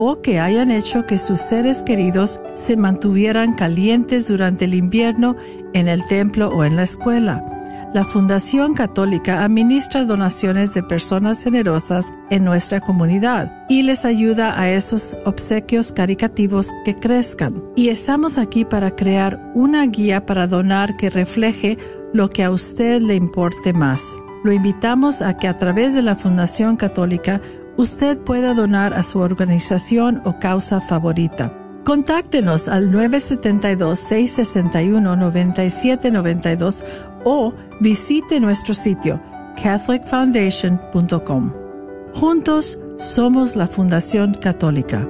o que hayan hecho que sus seres queridos se mantuvieran calientes durante el invierno en el templo o en la escuela. La Fundación Católica administra donaciones de personas generosas en nuestra comunidad y les ayuda a esos obsequios caritativos que crezcan. Y estamos aquí para crear una guía para donar que refleje lo que a usted le importe más. Lo invitamos a que a través de la Fundación Católica usted pueda donar a su organización o causa favorita. Contáctenos al 972-661-9792 o visite nuestro sitio catholicfoundation.com. Juntos somos la Fundación Católica.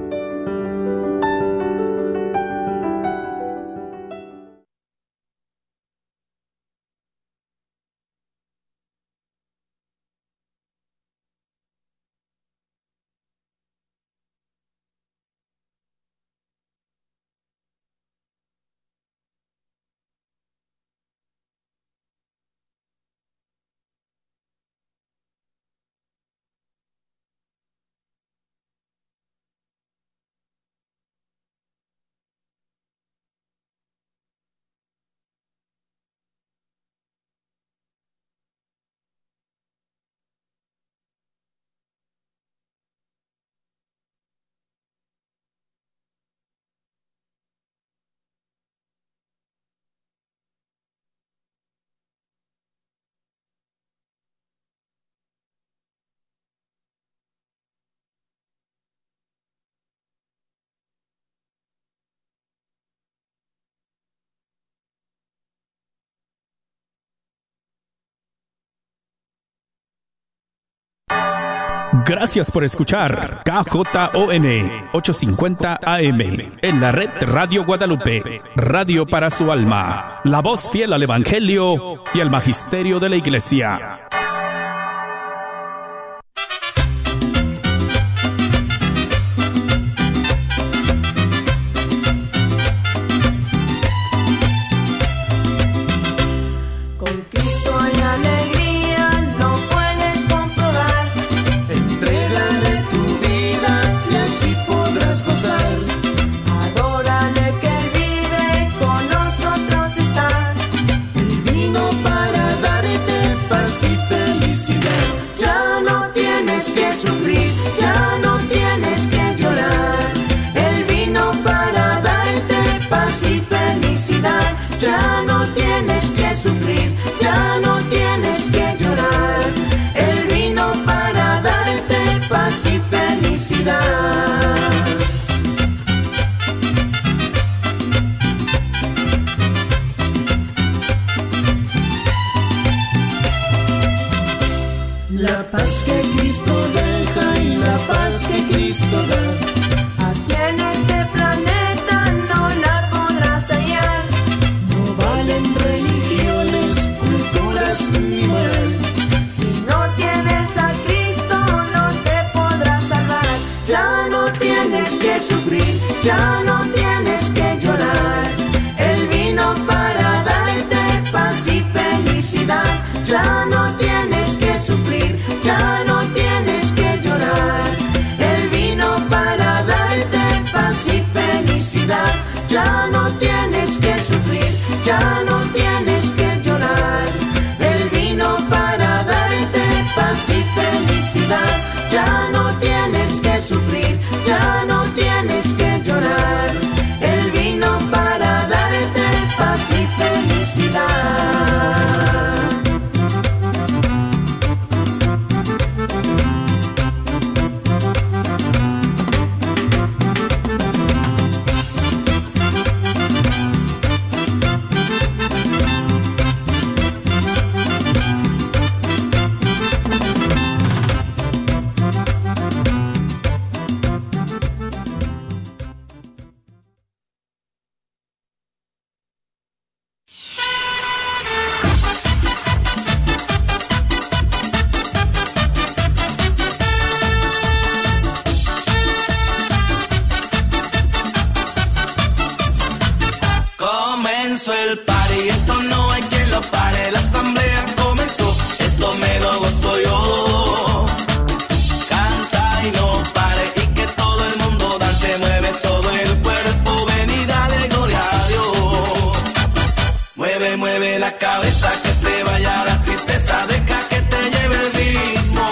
Gracias por escuchar KJON 850 AM en la red Radio Guadalupe, radio para su alma, la voz fiel al Evangelio y al Magisterio de la Iglesia. Ya no tienes que sufrir, ya no tienes que llorar. Él vino para darte paz y felicidad. La paz que Cristo deja y la paz que Cristo da, aquí en este planeta no la podrás hallar. No valen religiones, culturas ni moral. Si no tienes a Cristo no te podrás salvar. Ya no tienes que sufrir, ya no tienes que llorar. Él vino para darte paz y felicidad. Ya no tienes que sufrir, ya no tienes que llorar. Él vino para darte paz y felicidad. Ya no tienes que sufrir, ya no tienes que llorar. Él vino para darte paz y felicidad. Ya no tienes que sufrir, ya no tienes que llorar. Él vino para darte paz y felicidad. Canta y no pare y que todo el mundo da cabeza, que se vaya la tristeza, deja que te lleve el ritmo.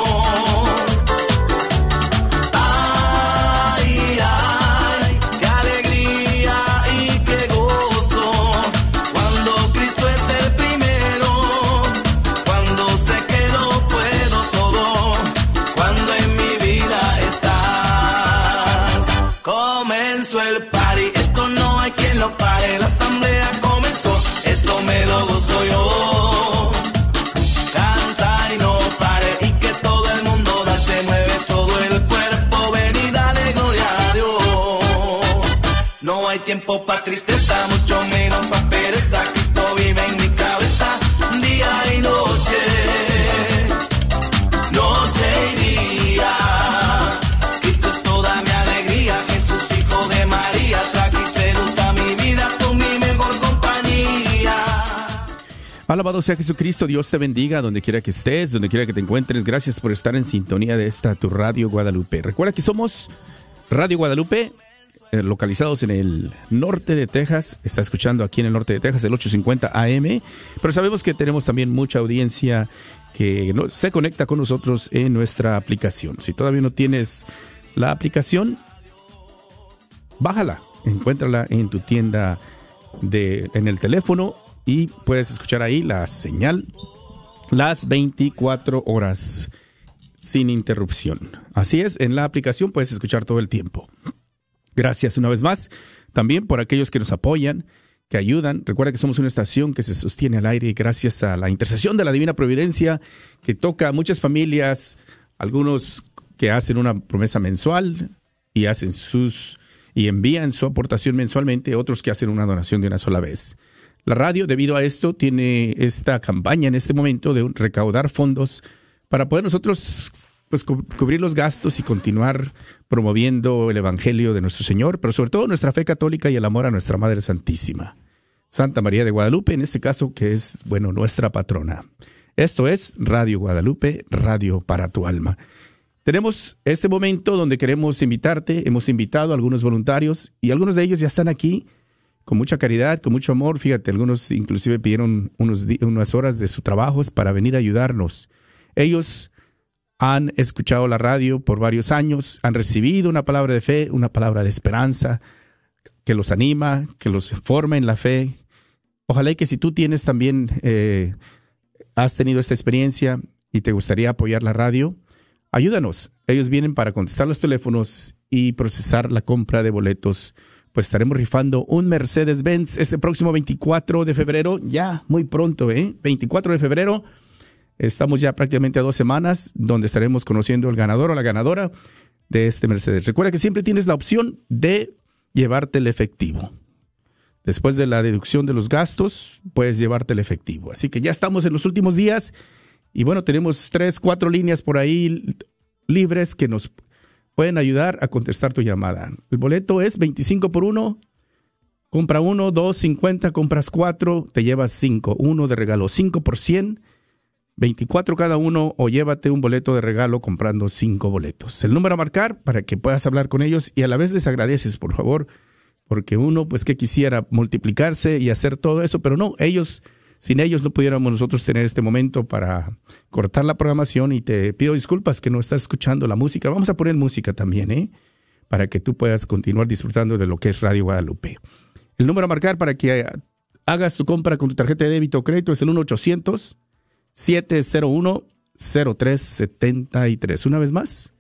Ay, ay, qué alegría y qué gozo, cuando Cristo es el primero, cuando sé que lo puedo todo, cuando en mi vida estás. Comenzó el party, esto no hay quien lo pare, la asamblea comenzó, esto me lo gozo yo. Canta y no pare, y que todo el mundo se mueve todo el cuerpo, ven y dale gloria a Dios. No hay tiempo pa' tristeza, mucho menos pa' pereza, Cristo vive en mi cabeza, día y noche, noche y día. Cristo es toda mi alegría, Jesús hijo de María, trajiste luz a mi vida, tú mi mejor compañía. Alabado sea Jesucristo, Dios te bendiga donde quiera que estés, donde quiera que te encuentres. Gracias por estar en sintonía de esta tu Radio Guadalupe. Recuerda que somos Radio Guadalupe, localizados en el norte de Texas. Está escuchando aquí en el norte de Texas el 850 AM, pero sabemos que tenemos también mucha audiencia que se conecta con nosotros en nuestra aplicación. Si todavía no tienes la aplicación, bájala, encuéntrala en tu tienda en el teléfono y puedes escuchar ahí la señal las 24 horas sin interrupción. Así es, en la aplicación puedes escuchar todo el tiempo. Gracias una vez más también por aquellos que nos apoyan, que ayudan. Recuerda que somos una estación que se sostiene al aire gracias a la intercesión de la Divina Providencia, que toca a muchas familias, algunos que hacen una promesa mensual y envían su aportación mensualmente, otros que hacen una donación de una sola vez. La radio, debido a esto, tiene esta campaña en este momento de recaudar fondos para poder nosotros cubrir los gastos y continuar promoviendo el Evangelio de nuestro Señor, pero sobre todo nuestra fe católica y el amor a nuestra Madre Santísima, Santa María de Guadalupe, en este caso, que es, nuestra patrona. Esto es Radio Guadalupe, radio para tu alma. Tenemos este momento donde queremos invitarte. Hemos invitado a algunos voluntarios y algunos de ellos ya están aquí con mucha caridad, con mucho amor. Fíjate, algunos inclusive pidieron unas horas de su trabajo para venir a ayudarnos. Ellos han escuchado la radio por varios años, han recibido una palabra de fe, una palabra de esperanza que los anima, que los forma en la fe. Ojalá y que si tú tienes también, has tenido esta experiencia y te gustaría apoyar la radio, ayúdanos. Ellos vienen para contestar los teléfonos y procesar la compra de boletos. Pues estaremos rifando un Mercedes-Benz este próximo 24 de febrero, ya muy pronto, 24 de febrero. Estamos ya prácticamente a 2 semanas donde estaremos conociendo el ganador o la ganadora de este Mercedes. Recuerda que siempre tienes la opción de llevarte el efectivo. Después de la deducción de los gastos, puedes llevarte el efectivo. Así que ya estamos en los últimos días y tenemos 3-4 líneas por ahí libres que nos pueden ayudar a contestar tu llamada. El boleto es 25 por 1. Compra 1, 2, 50, compras 4, te llevas 5. 1 de regalo, 5 por 100. 24 cada uno, o llévate un boleto de regalo comprando 5 boletos. El número a marcar para que puedas hablar con ellos y a la vez les agradeces, por favor, porque uno, que quisiera multiplicarse y hacer todo eso, pero no, sin ellos no pudiéramos nosotros tener este momento para cortar la programación y te pido disculpas que no estás escuchando la música. Vamos a poner música también, para que tú puedas continuar disfrutando de lo que es Radio Guadalupe. El número a marcar para que hagas tu compra con tu tarjeta de débito o crédito es el 1-800-701-0373. Una vez más,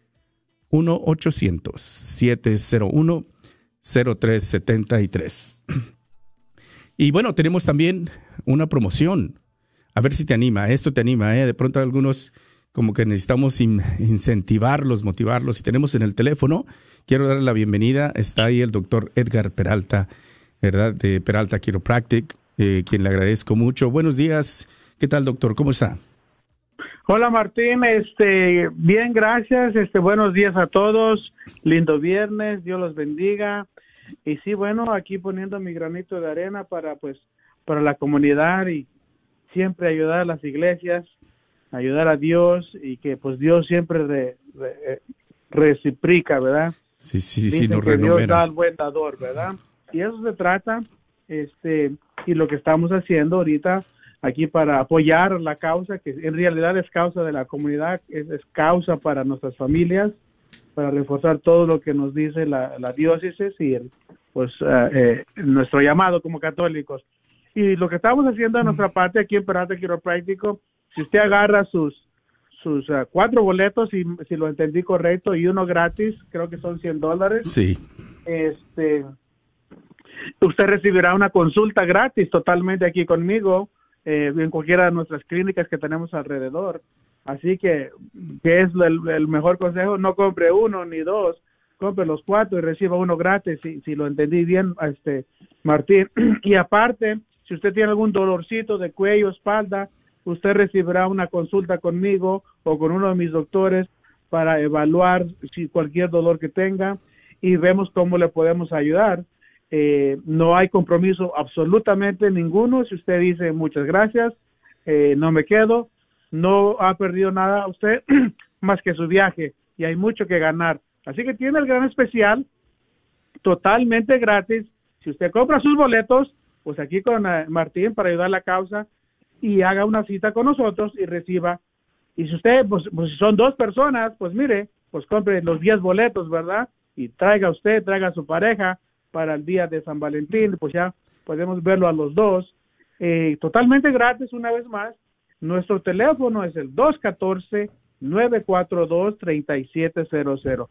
1-800-701-0373. Y tenemos también una promoción. A ver si te anima. Esto te anima, De pronto algunos como que necesitamos incentivarlos, motivarlos. Y tenemos en el teléfono, quiero darle la bienvenida. Está ahí el doctor Edgar Peralta, ¿verdad? De Peralta Chiropractic, quien le agradezco mucho. Buenos días. ¿Qué tal, doctor? ¿Cómo está? Hola, Martín. Bien, gracias. Buenos días a todos. Lindo viernes. Dios los bendiga. Y sí, aquí poniendo mi granito de arena para la comunidad y siempre ayudar a las iglesias, ayudar a Dios y que Dios siempre reciproca, ¿verdad? Sí, nos renumera. Dios da al buen dador, ¿verdad? Y eso se trata, y lo que estamos haciendo ahorita, aquí para apoyar la causa, que en realidad es causa de la comunidad, es causa para nuestras familias, para reforzar todo lo que nos dice la diócesis y nuestro llamado como católicos. Y lo que estamos haciendo de nuestra parte aquí en Peralta Quiropráctico, si usted agarra sus 4 boletos, si lo entendí correcto, y uno gratis, creo que son $100. Sí. Usted recibirá una consulta gratis totalmente aquí conmigo, en cualquiera de nuestras clínicas que tenemos alrededor. Así que es el mejor consejo: no compre 1 ni 2, compre los 4 y reciba uno gratis, si lo entendí bien, Martín. Y aparte, si usted tiene algún dolorcito de cuello, espalda, usted recibirá una consulta conmigo o con uno de mis doctores para evaluar cualquier dolor que tenga y vemos cómo le podemos ayudar. No hay compromiso absolutamente ninguno. Si usted dice muchas gracias, no me quedo, no ha perdido nada usted más que su viaje, y hay mucho que ganar. Así que tiene el gran especial totalmente gratis. Si usted compra sus boletos, pues aquí con Martín, para ayudar a la causa, y haga una cita con nosotros y reciba. Y si usted, pues si son 2 personas, pues mire, pues compre los 10 boletos, ¿verdad? Y traiga a su pareja para el día de San Valentín, pues ya podemos verlo a los 2. Totalmente gratis, una vez más. Nuestro teléfono es el 214-942-3700.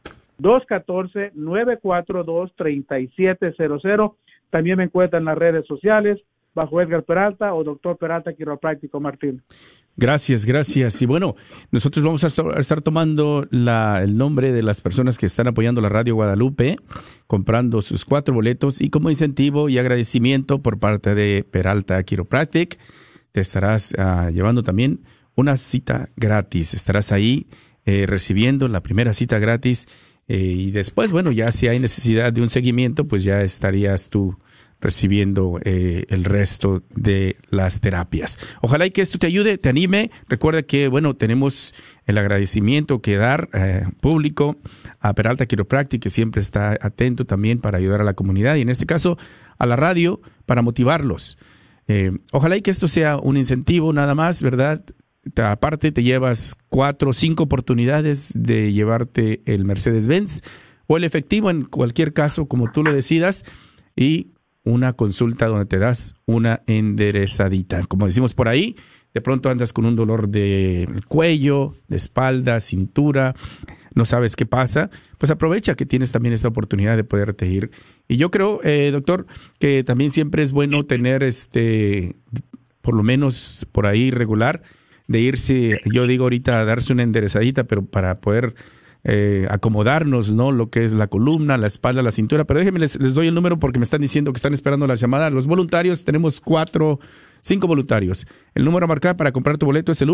214-942-3700. También me encuentran en las redes sociales bajo Edgar Peralta o Doctor Peralta Quiropráctico, Martín. Gracias. Y bueno, nosotros vamos a estar tomando el nombre de las personas que están apoyando la Radio Guadalupe, comprando sus 4 boletos, y como incentivo y agradecimiento por parte de Peralta Chiropractic, te estarás llevando también una cita gratis. Estarás ahí recibiendo la primera cita gratis, y después, bueno, ya si hay necesidad de un seguimiento, pues ya estarías tú recibiendo el resto de las terapias. Ojalá y que esto te ayude, te anime. Recuerda que, bueno, tenemos el agradecimiento que dar público a Peralta Chiropractic, que siempre está atento también para ayudar a la comunidad, y en este caso a la radio, para motivarlos. Ojalá y que esto sea un incentivo nada más, ¿verdad? Aparte te llevas 4 o 5 oportunidades de llevarte el Mercedes-Benz o el efectivo, en cualquier caso, como tú lo decidas, y una consulta donde te das una enderezadita. Como decimos por ahí, de pronto andas con un dolor de cuello, de espalda, cintura, no sabes qué pasa, pues aprovecha que tienes también esta oportunidad de poderte ir. Y yo creo, doctor, que también siempre es bueno tener por lo menos por ahí regular, de irse, yo digo ahorita, a darse una enderezadita, pero para poder acomodarnos, ¿no? Lo que es la columna, la espalda, la cintura. Pero déjenme, les doy el número porque me están diciendo que están esperando la llamada. Los voluntarios, tenemos 5 voluntarios. El número a marcar para comprar tu boleto es el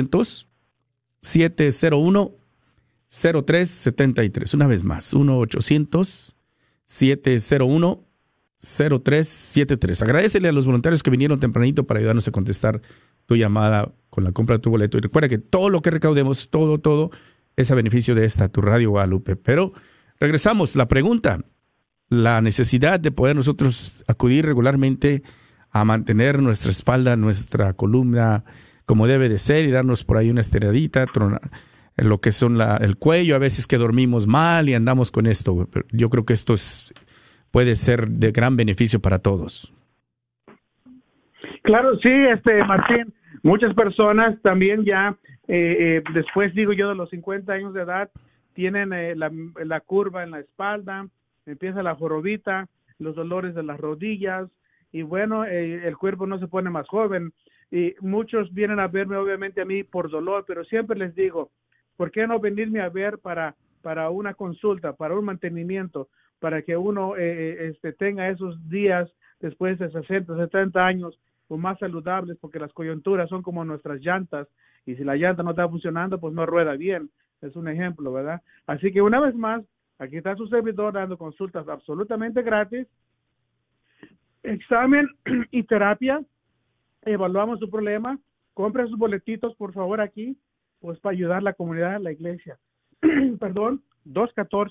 1-800-701-0373. Una vez más, 1-800-701-0373. Agradecele a los voluntarios que vinieron tempranito para ayudarnos a contestar tu llamada con la compra de tu boleto. Y recuerda que todo lo que recaudemos, todo es a beneficio de tu Radio Guadalupe. Pero regresamos, la pregunta, la necesidad de poder nosotros acudir regularmente a mantener nuestra espalda, nuestra columna como debe de ser, y darnos por ahí una estiradita, lo que son el cuello, a veces que dormimos mal y andamos con esto. Yo creo que esto puede ser de gran beneficio para todos. Claro, sí, Martín, muchas personas también ya, después digo yo de los 50 años de edad, tienen la curva en la espalda, empieza la jorobita, los dolores de las rodillas, y bueno, el cuerpo no se pone más joven, y muchos vienen a verme obviamente a mí por dolor, pero siempre les digo, ¿por qué no venirme a ver para una consulta, para un mantenimiento, para que uno tenga esos días después de 60, 70 años o más saludables, porque las coyunturas son como nuestras llantas, y si la llanta no está funcionando, pues no rueda bien. Es un ejemplo, ¿verdad? Así que una vez más, aquí está su servidor dando consultas absolutamente gratis, examen y terapia, evaluamos su problema, compre sus boletitos, por favor, aquí, pues para ayudar a la comunidad, a la iglesia. Perdón,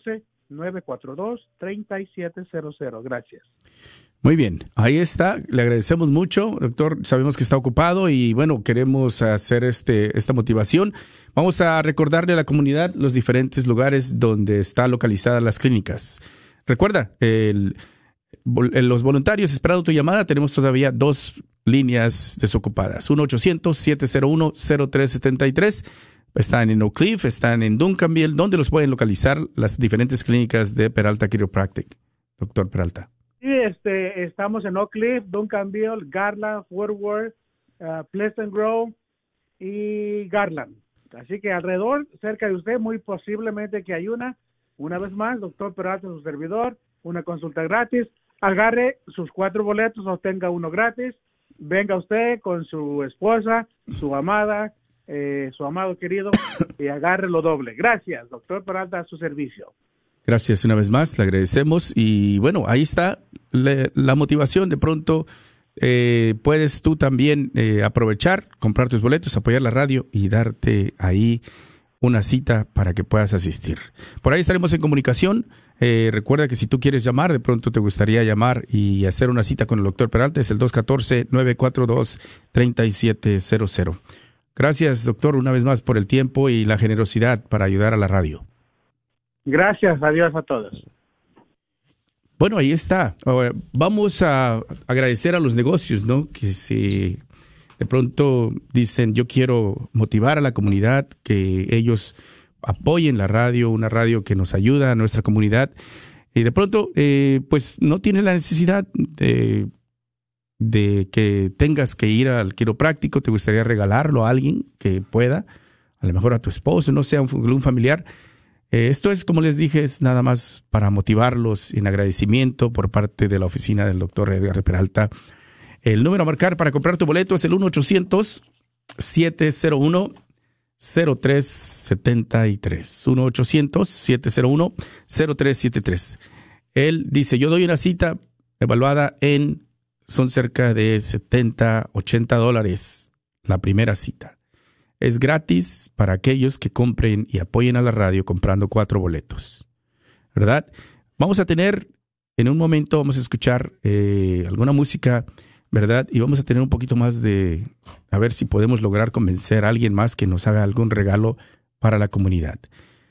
942-3700. Gracias. Muy bien, ahí está. Le agradecemos mucho, doctor. Sabemos que está ocupado y bueno, queremos hacer esta motivación. Vamos a recordarle a la comunidad los diferentes lugares donde están localizadas las clínicas. Recuerda, los voluntarios esperando tu llamada, tenemos todavía 2 líneas desocupadas. 1-800-701-0373. Están en Oak Cliff, están en Duncanville. ¿Dónde los pueden localizar las diferentes clínicas de Peralta Chiropractic, doctor Peralta? Sí, estamos en Oak Cliff, Duncanville, Garland, Fort Worth, Pleasant Grove y Garland. Así que alrededor, cerca de usted, muy posiblemente que hay una vez más, doctor Peralta, su servidor, una consulta gratis. Agarre sus 4 boletos, obtenga uno gratis. Venga usted con su esposa, su amada, su amado querido, y agarre lo doble. Gracias, doctor Peralta, a su servicio. Gracias una vez más, le agradecemos. Y bueno, ahí está la motivación. De pronto puedes tú también aprovechar, comprar tus boletos, apoyar la radio y darte ahí una cita para que puedas asistir. Por ahí estaremos en comunicación. Recuerda que si tú quieres llamar, de pronto te gustaría llamar y hacer una cita con el doctor Peralta, es el 214-942-3700. Gracias, doctor, una vez más por el tiempo y la generosidad para ayudar a la radio. Gracias, adiós a todos. Bueno, ahí está. Vamos a agradecer a los negocios, ¿no? Que si de pronto dicen, yo quiero motivar a la comunidad, que ellos apoyen la radio, una radio que nos ayuda a nuestra comunidad, y de pronto, pues no tiene la necesidad de que tengas que ir al quiropráctico, te gustaría regalarlo a alguien que pueda, a lo mejor a tu esposo, no sea un familiar. Esto es, como les dije, es nada más para motivarlos en agradecimiento por parte de la oficina del doctor Edgar Peralta. El número a marcar para comprar tu boleto es el 1-800-701-0373. 1-800-701-0373. Él dice, yo doy una cita evaluada son cerca de $70, $80 la primera cita. Es gratis para aquellos que compren y apoyen a la radio comprando 4 boletos, ¿verdad? Vamos a tener, en un momento vamos a escuchar alguna música, ¿verdad? Y vamos a tener un poquito más a ver si podemos lograr convencer a alguien más que nos haga algún regalo para la comunidad.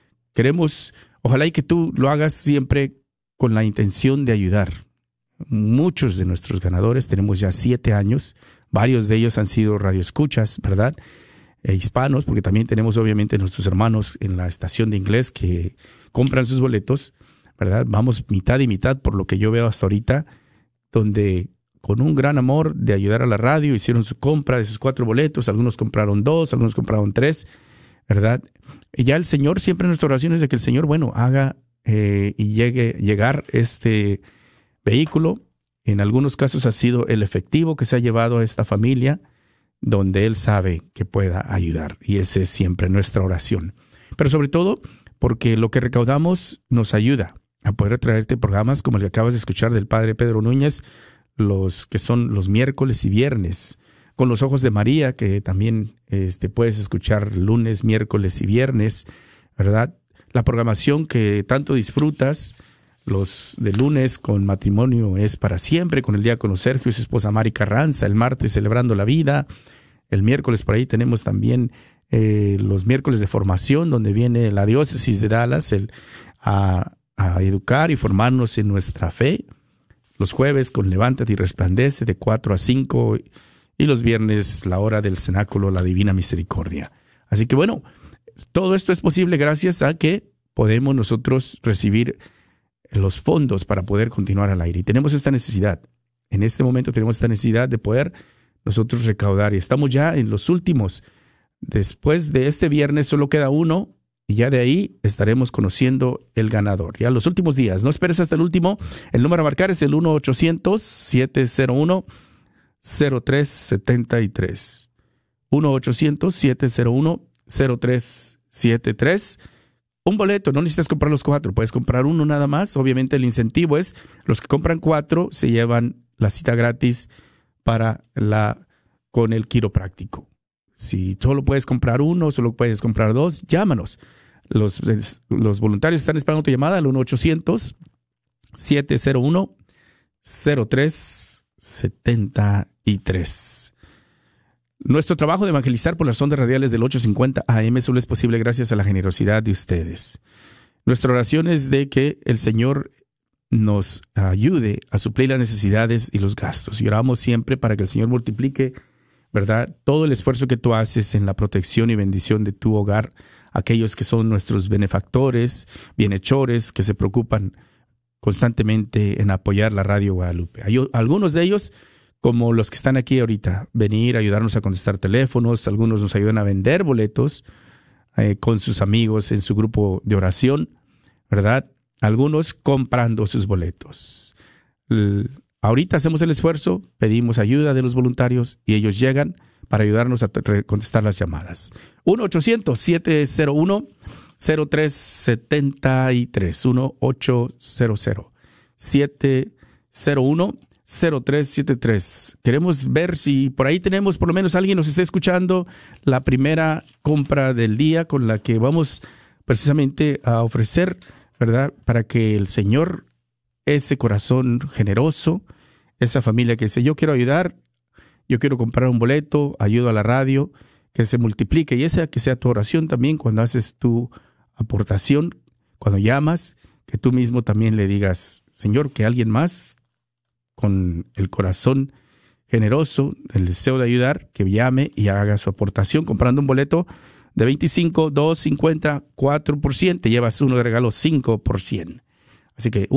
Ojalá y que tú lo hagas siempre con la intención de ayudar. Muchos de nuestros ganadores, tenemos ya 7 años, varios de ellos han sido radioescuchas, ¿verdad? Hispanos, porque también tenemos obviamente nuestros hermanos en la estación de inglés que compran sus boletos, ¿verdad? Vamos mitad y mitad por lo que yo veo hasta ahorita, donde con un gran amor de ayudar a la radio hicieron su compra de sus 4 boletos, algunos compraron 2, algunos compraron 3, ¿verdad? Y ya el Señor, siempre nuestra oración es de que el Señor, haga y llegar este vehículo. En algunos casos ha sido el efectivo que se ha llevado a esta familia, donde Él sabe que pueda ayudar. Y esa es siempre nuestra oración. Pero sobre todo, porque lo que recaudamos nos ayuda a poder traerte programas como el que acabas de escuchar del Padre Pedro Núñez, los que son los miércoles y viernes, con los ojos de María, que también puedes escuchar lunes, miércoles y viernes, ¿verdad? La programación que tanto disfrutas, los de lunes con Matrimonio es para siempre, con el diácono Sergio y su esposa Mari Carranza, el martes Celebrando la Vida, el miércoles por ahí tenemos también los miércoles de formación, donde viene la diócesis de Dallas a educar y formarnos en nuestra fe, los jueves con Levántate y Resplandece de 4 a 5 y los viernes la hora del cenáculo, la Divina Misericordia. Así que todo esto es posible gracias a que podemos nosotros recibir los fondos para poder continuar al aire. Y tenemos esta necesidad. En este momento tenemos esta necesidad de poder nosotros recaudar. Y estamos ya en los últimos. Después de este viernes solo queda uno. Y ya de ahí estaremos conociendo el ganador. Ya los últimos días. No esperes hasta el último. El número a marcar es el 1-800-701-0373. 1-800-701-0373. Un boleto, no necesitas comprar los 4, puedes comprar uno nada más. Obviamente el incentivo es, los que compran 4 se llevan la cita gratis con el quiropráctico. Si solo puedes comprar uno, solo puedes comprar 2, llámanos. Los voluntarios están esperando tu llamada al 1-800-701-0373. Nuestro trabajo de evangelizar por las ondas radiales del 850 AM solo es posible gracias a la generosidad de ustedes. Nuestra oración es de que el Señor nos ayude a suplir las necesidades y los gastos. Y oramos siempre para que el Señor multiplique, ¿verdad?, todo el esfuerzo que tú haces en la protección y bendición de tu hogar, aquellos que son nuestros benefactores, bienhechores, que se preocupan constantemente en apoyar la Radio Guadalupe. Hay algunos de ellos, como los que están aquí ahorita, venir a ayudarnos a contestar teléfonos, algunos nos ayudan a vender boletos con sus amigos en su grupo de oración, ¿verdad? Algunos comprando sus boletos. Ahorita hacemos el esfuerzo, pedimos ayuda de los voluntarios y ellos llegan para ayudarnos a contestar las llamadas. 1-800-701-0373. 1-800-701-0373. Queremos ver si por ahí tenemos, por lo menos alguien nos está escuchando, la primera compra del día con la que vamos precisamente a ofrecer, ¿verdad?, para que el Señor, ese corazón generoso, esa familia que dice, yo quiero ayudar, yo quiero comprar un boleto, ayudo a la radio, que se multiplique. Y esa que sea tu oración también cuando haces tu aportación, cuando llamas, que tú mismo también le digas, Señor, que alguien más con el corazón generoso, el deseo de ayudar, que llame y haga su aportación comprando un boleto de 25, 2, 50, 4%, te llevas uno de regalo 5%. Así que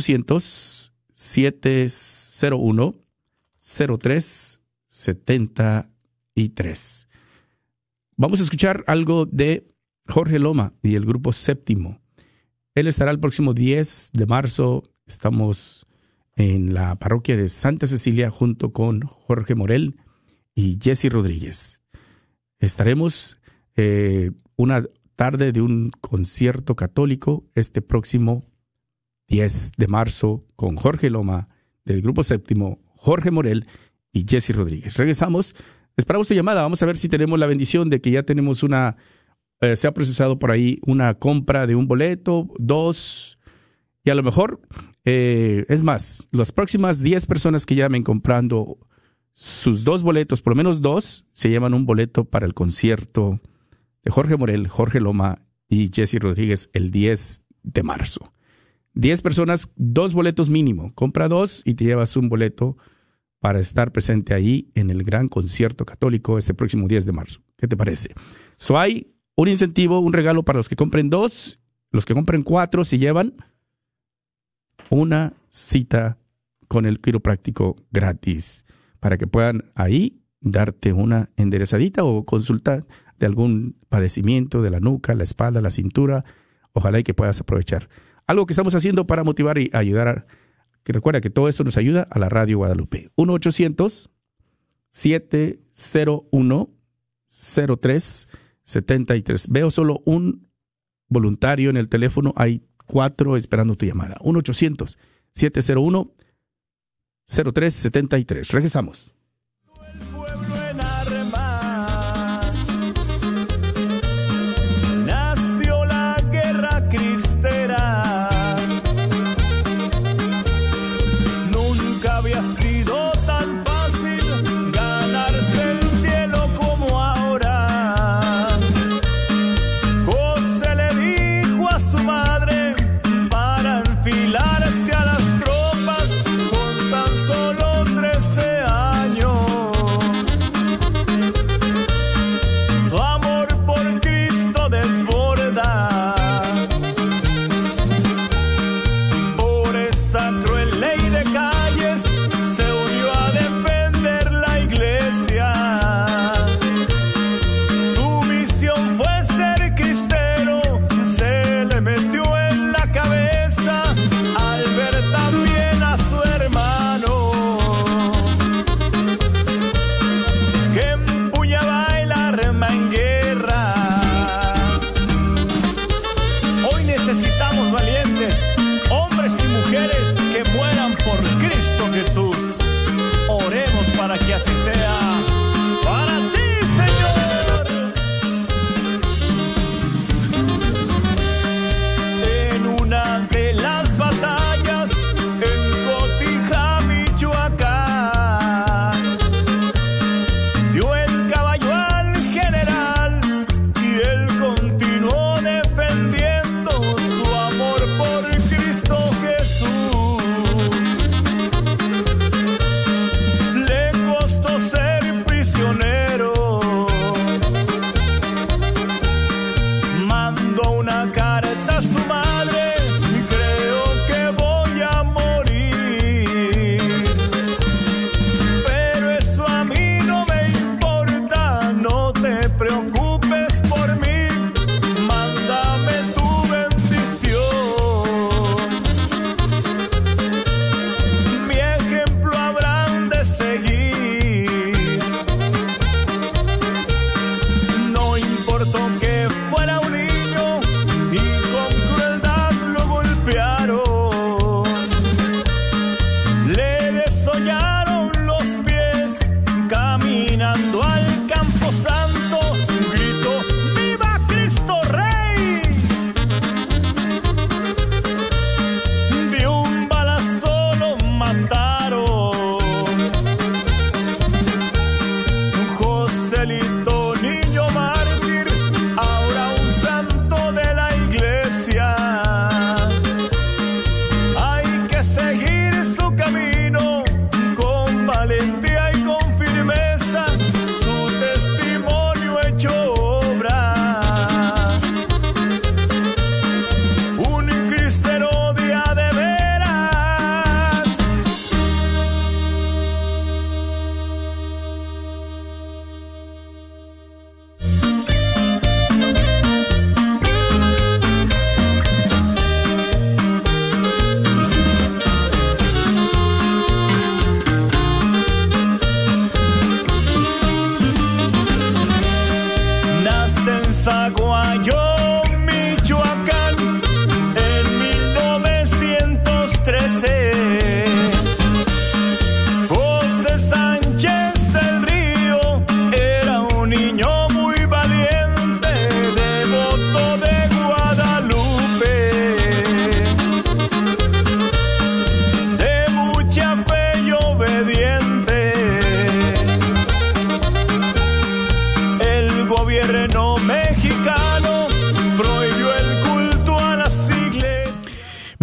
1-800-701-0373. Vamos a escuchar algo de Jorge Loma y el grupo Séptimo. Él estará el próximo 10 de marzo. Estamos en la parroquia de Santa Cecilia junto con Jorge Morel y Jesse Rodríguez. Estaremos una tarde de un concierto católico este próximo 10 de marzo con Jorge Loma del Grupo Séptimo, Jorge Morel y Jesse Rodríguez. Regresamos, esperamos tu llamada, vamos a ver si tenemos la bendición de que ya tenemos se ha procesado por ahí una compra de un boleto, 2, y a lo mejor, es más, las próximas 10 personas que llamen comprando sus 2 boletos, por lo menos 2, se llevan un boleto para el concierto de Jorge Morel, Jorge Loma y Jesse Rodríguez el 10 de marzo. 10 personas, 2 boletos mínimo. Compra 2 y te llevas un boleto para estar presente ahí en el gran concierto católico este próximo 10 de marzo. ¿Qué te parece? Hay un incentivo, un regalo para los que compren 2. Los que compren 4 se llevan una cita con el quiropráctico gratis para que puedan ahí darte una enderezadita o consulta de algún padecimiento de la nuca, la espalda, la cintura. Ojalá y que puedas aprovechar. Algo que estamos haciendo para motivar y ayudar que recuerda que todo esto nos ayuda a la Radio Guadalupe. 1-800-701-0373. Veo solo un voluntario en el teléfono. Hay 4 esperando tu llamada. 1-800-701-0373. Regresamos. Necesitamos valientes, hombres y mujeres que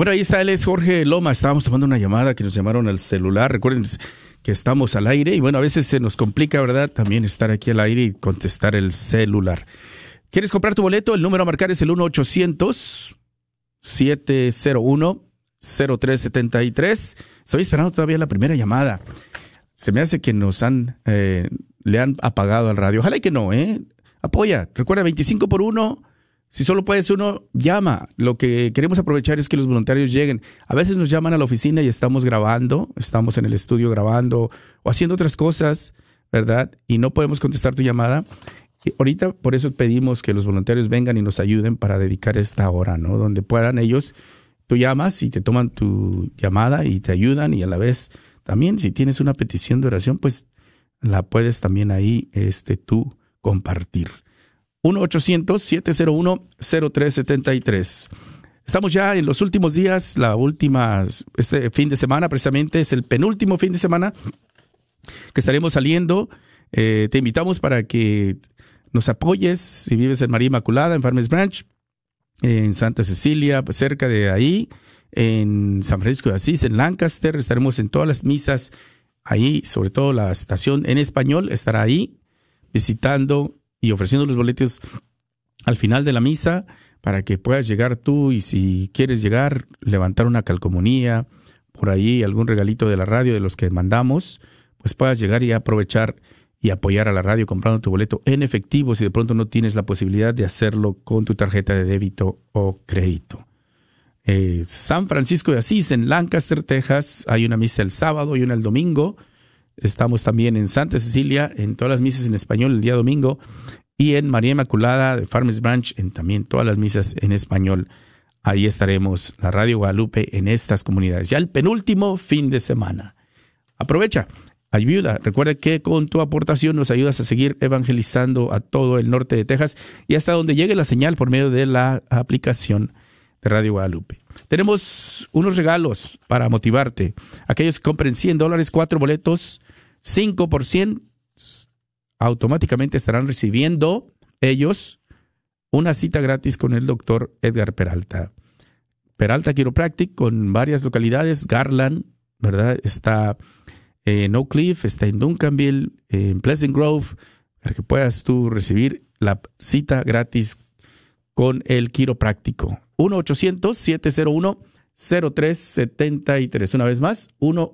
Bueno, ahí está, él es Jorge Loma. Estábamos tomando una llamada que nos llamaron al celular. Recuerden que estamos al aire y bueno, a veces se nos complica, ¿verdad? También estar aquí al aire y contestar el celular. ¿Quieres comprar tu boleto? El número a marcar es el 1-800-701-0373. Estoy esperando todavía la primera llamada. Se me hace que le han apagado al radio. Ojalá y que no, ¿eh? Apoya. Recuerda, 25 por 1. Si solo puedes uno, llama. Lo que queremos aprovechar es que los voluntarios lleguen. A veces nos llaman a la oficina y estamos grabando, estamos en el estudio grabando o haciendo otras cosas, ¿verdad? Y no podemos contestar tu llamada. Y ahorita por eso pedimos que los voluntarios vengan y nos ayuden para dedicar esta hora, ¿no? Donde puedan ellos, tú llamas y te toman tu llamada y te ayudan y a la vez también si tienes una petición de oración, pues la puedes también ahí tú compartir. 1-800-701-0373. Estamos ya en los últimos días, este fin de semana precisamente es el penúltimo fin de semana que estaremos saliendo. Te invitamos para que nos apoyes si vives en María Inmaculada, en Farmers Branch, en Santa Cecilia, pues cerca de ahí, en San Francisco de Asís, en Lancaster. Estaremos en todas las misas ahí, sobre todo la estación en español estará ahí visitando y ofreciendo los boletos al final de la misa para que puedas llegar tú y si quieres llegar, levantar una calcomanía, por ahí algún regalito de la radio de los que mandamos, pues puedas llegar y aprovechar y apoyar a la radio comprando tu boleto en efectivo si de pronto no tienes la posibilidad de hacerlo con tu tarjeta de débito o crédito. San Francisco de Asís, en Lancaster, Texas, hay una misa el sábado y una el domingo. Estamos también en Santa Cecilia, en todas las misas en español el día domingo, y en María Inmaculada de Farmers Branch, en también todas las misas en español. Ahí estaremos, la Radio Guadalupe, en estas comunidades. Ya el penúltimo fin de semana. Aprovecha, ayuda. Recuerda que con tu aportación nos ayudas a seguir evangelizando a todo el norte de Texas y hasta donde llegue la señal por medio de la aplicación de Radio Guadalupe. Tenemos unos regalos para motivarte. Aquellos que compren $100, 4 boletos, 5%, automáticamente estarán recibiendo ellos una cita gratis con el doctor Edgar Peralta. Peralta Chiropractic con varias localidades, Garland, ¿verdad? Está en Oak Cliff, está en Duncanville, en Pleasant Grove, para que puedas tú recibir la cita gratis con el quiropráctico. 1-800-701-0373. Una vez más,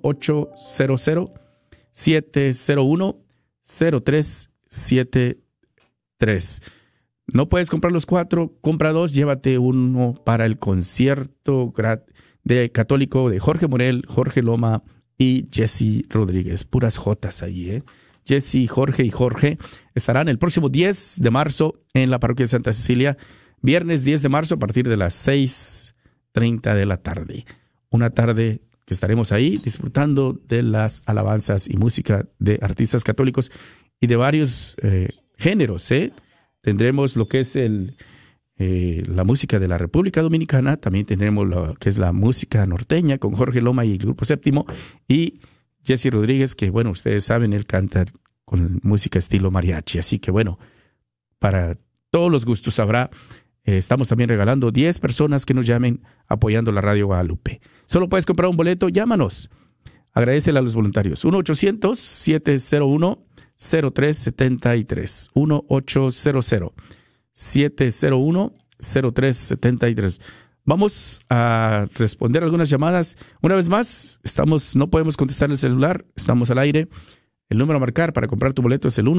1-800-701-0373. No puedes comprar los 4, compra 2, llévate uno para el concierto católico de Jorge Morel, Jorge Loma y Jesse Rodríguez. Puras jotas ahí, ¿eh? Jesse, Jorge y Jorge estarán el próximo 10 de marzo en la parroquia de Santa Cecilia. Viernes 10 de marzo a partir de las 6:30 de la tarde. Una tarde que estaremos ahí disfrutando de las alabanzas y música de artistas católicos y de varios géneros. Tendremos lo que es la música de la República Dominicana, también tendremos lo que es la música norteña con Jorge Loma y el Grupo Séptimo y Jesse Rodríguez, que bueno, ustedes saben, él canta con música estilo mariachi. Así que bueno, para todos los gustos habrá. Estamos también regalando 10 personas que nos llamen apoyando la Radio Guadalupe. Solo puedes comprar un boleto, llámanos. Agradecele a los voluntarios. 1-800-701-0373. 1-800-701-0373. Vamos a responder algunas llamadas. Una vez más, no podemos contestar el celular, estamos al aire. El número a marcar para comprar tu boleto es el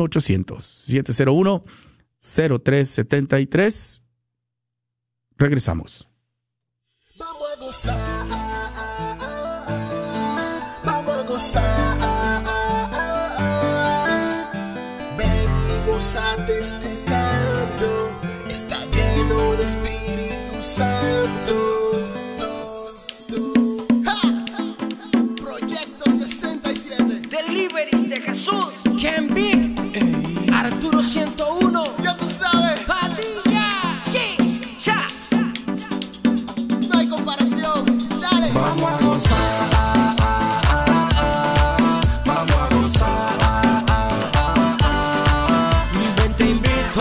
1-800-701-0373. Regresamos. Vamos a gozar, vamos a gozar. Ven y gozate este canto, está lleno de Espíritu Santo. Proyecto 67. Delivery de Jesús. Ken Big. Arturo 101. Ya tú sabes. Padilla. Ya. No hay comparación. Dale. Vamos a gozar, vamos a gozar. Ven, te invito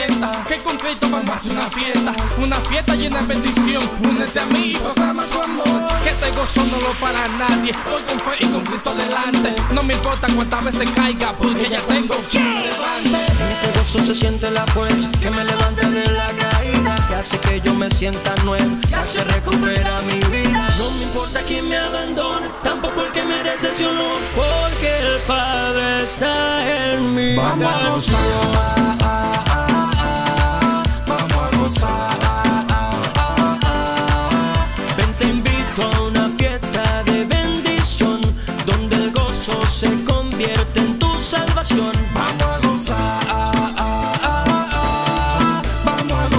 sienta que con Cristo vamos a hacer una fiesta llena de bendición. Únete a mí y proclama su amor, que este gozo no lo para nadie. Voy con fe y con Cristo delante, no me importa cuántas veces caiga, porque ya tengo quien me levante. En este gozo se siente la fuerza que me levanta de la caída, que hace que yo me sienta nuevo, que hace recuperar mi vida. No me importa quién me abandone, tampoco el que me decepcionó, porque el Padre está en mí. Vamos a gozar, vamos a gozar. Ven, te invito a una fiesta de bendición, donde el gozo se convierte en tu salvación. Vamos a gozar, vamos a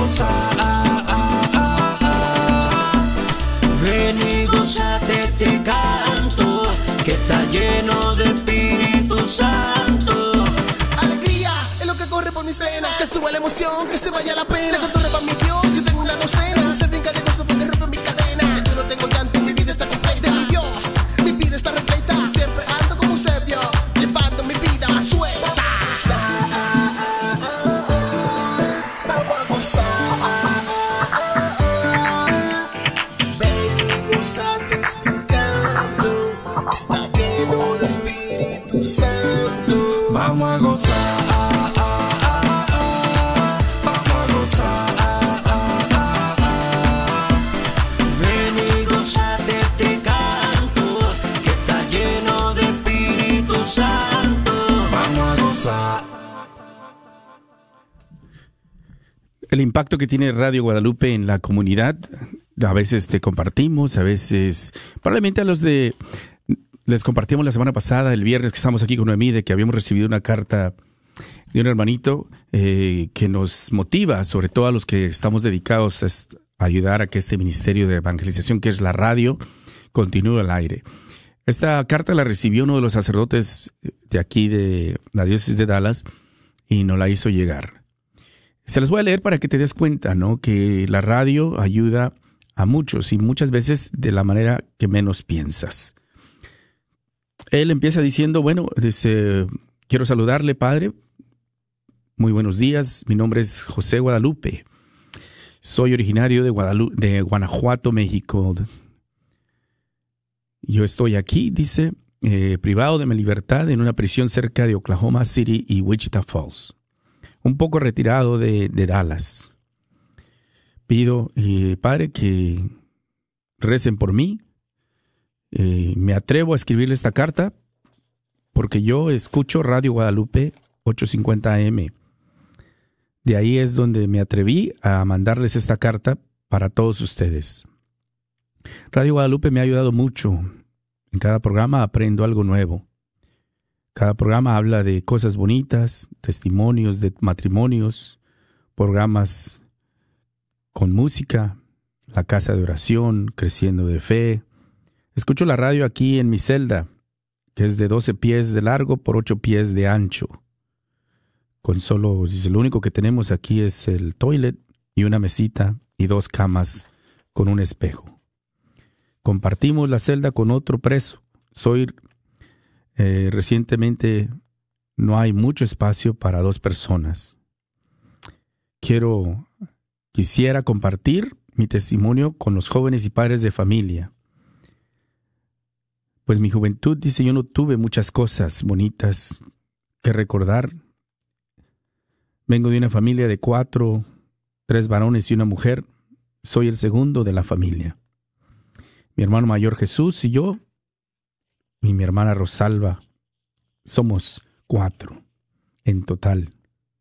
gozar. Ven y gózate este canto, que está lleno de Espíritu Santo. Alegría es lo que corre por mis venas. Que suba la emoción, que se vaya la pena. Que corre para mi Dios, yo tengo una docena. Se brinca de gozo porque rompe mi cadena. Yo no tengo llanto, mi vida está completa. Mi Dios, mi vida está repleta. Siempre ando como un sabio, llevando mi vida a suelta. Vamos a gozar. Baby, gozate este canto. Está lleno de Espíritu Santo. Vamos a gozar, vamos a gozar. Ven y gózate este canto, que está lleno de Espíritu Santo. Vamos a gozar. El impacto que tiene Radio Guadalupe en la comunidad, a veces te compartimos, a veces, probablemente les compartimos la semana pasada, el viernes que estamos aquí con Noemí, de que habíamos recibido una carta de un hermanito que nos motiva, sobre todo a los que estamos dedicados a ayudar a que este ministerio de evangelización, que es la radio, continúe al aire. Esta carta la recibió uno de los sacerdotes de aquí de la diócesis de Dallas y nos la hizo llegar. Se las voy a leer para que te des cuenta, ¿no?, que la radio ayuda a muchos y muchas veces de la manera que menos piensas. Él empieza diciendo, dice, quiero saludarle, padre. Muy buenos días, mi nombre es José Guadalupe. Soy originario de Guanajuato, México. Yo estoy aquí, dice, privado de mi libertad en una prisión cerca de Oklahoma City y Wichita Falls, un poco retirado de Dallas. Pido, padre, que recen por mí. Me atrevo a escribirle esta carta porque yo escucho Radio Guadalupe 850 AM. De ahí es donde me atreví a mandarles esta carta para todos ustedes. Radio Guadalupe me ha ayudado mucho. En cada programa aprendo algo nuevo. Cada programa habla de cosas bonitas, testimonios de matrimonios, programas con música, la casa de oración, creciendo de fe. Escucho la radio aquí en mi celda, que es de 12 pies de largo por 8 pies de ancho. Con solo, dice, lo único que tenemos aquí es el toilet y una mesita y 2 camas con un espejo. Compartimos la celda con otro preso. Recientemente no hay mucho espacio para 2 personas. Quisiera compartir mi testimonio con los jóvenes y padres de familia. Pues mi juventud, dice, yo no tuve muchas cosas bonitas que recordar. Vengo de una familia de 4, 3 varones y una mujer. Soy el segundo de la familia. Mi hermano mayor Jesús y yo, y mi hermana Rosalba, somos 4 en total.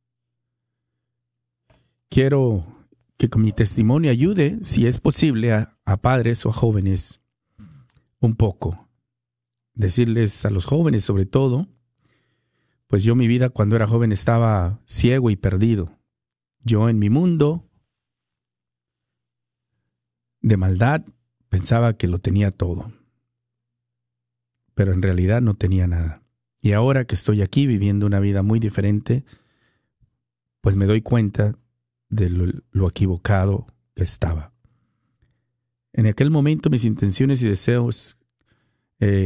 Quiero que con mi testimonio ayude, si es posible, a padres o a jóvenes un poco. Decirles a los jóvenes sobre todo, pues yo mi vida cuando era joven estaba ciego y perdido. Yo en mi mundo de maldad pensaba que lo tenía todo, pero en realidad no tenía nada. Y ahora que estoy aquí viviendo una vida muy diferente, pues me doy cuenta de lo equivocado que estaba. En aquel momento mis intenciones y deseos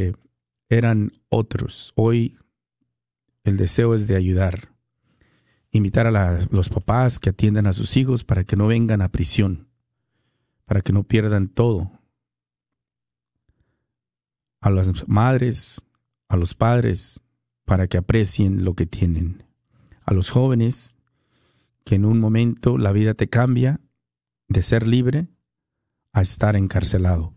eran otros. Hoy el deseo es de ayudar. invitar a los papás que atiendan a sus hijos para que no vengan a prisión, para que no pierdan todo. A las madres, a los padres, para que aprecien lo que tienen. A los jóvenes, que en un momento la vida te cambia de ser libre a estar encarcelado.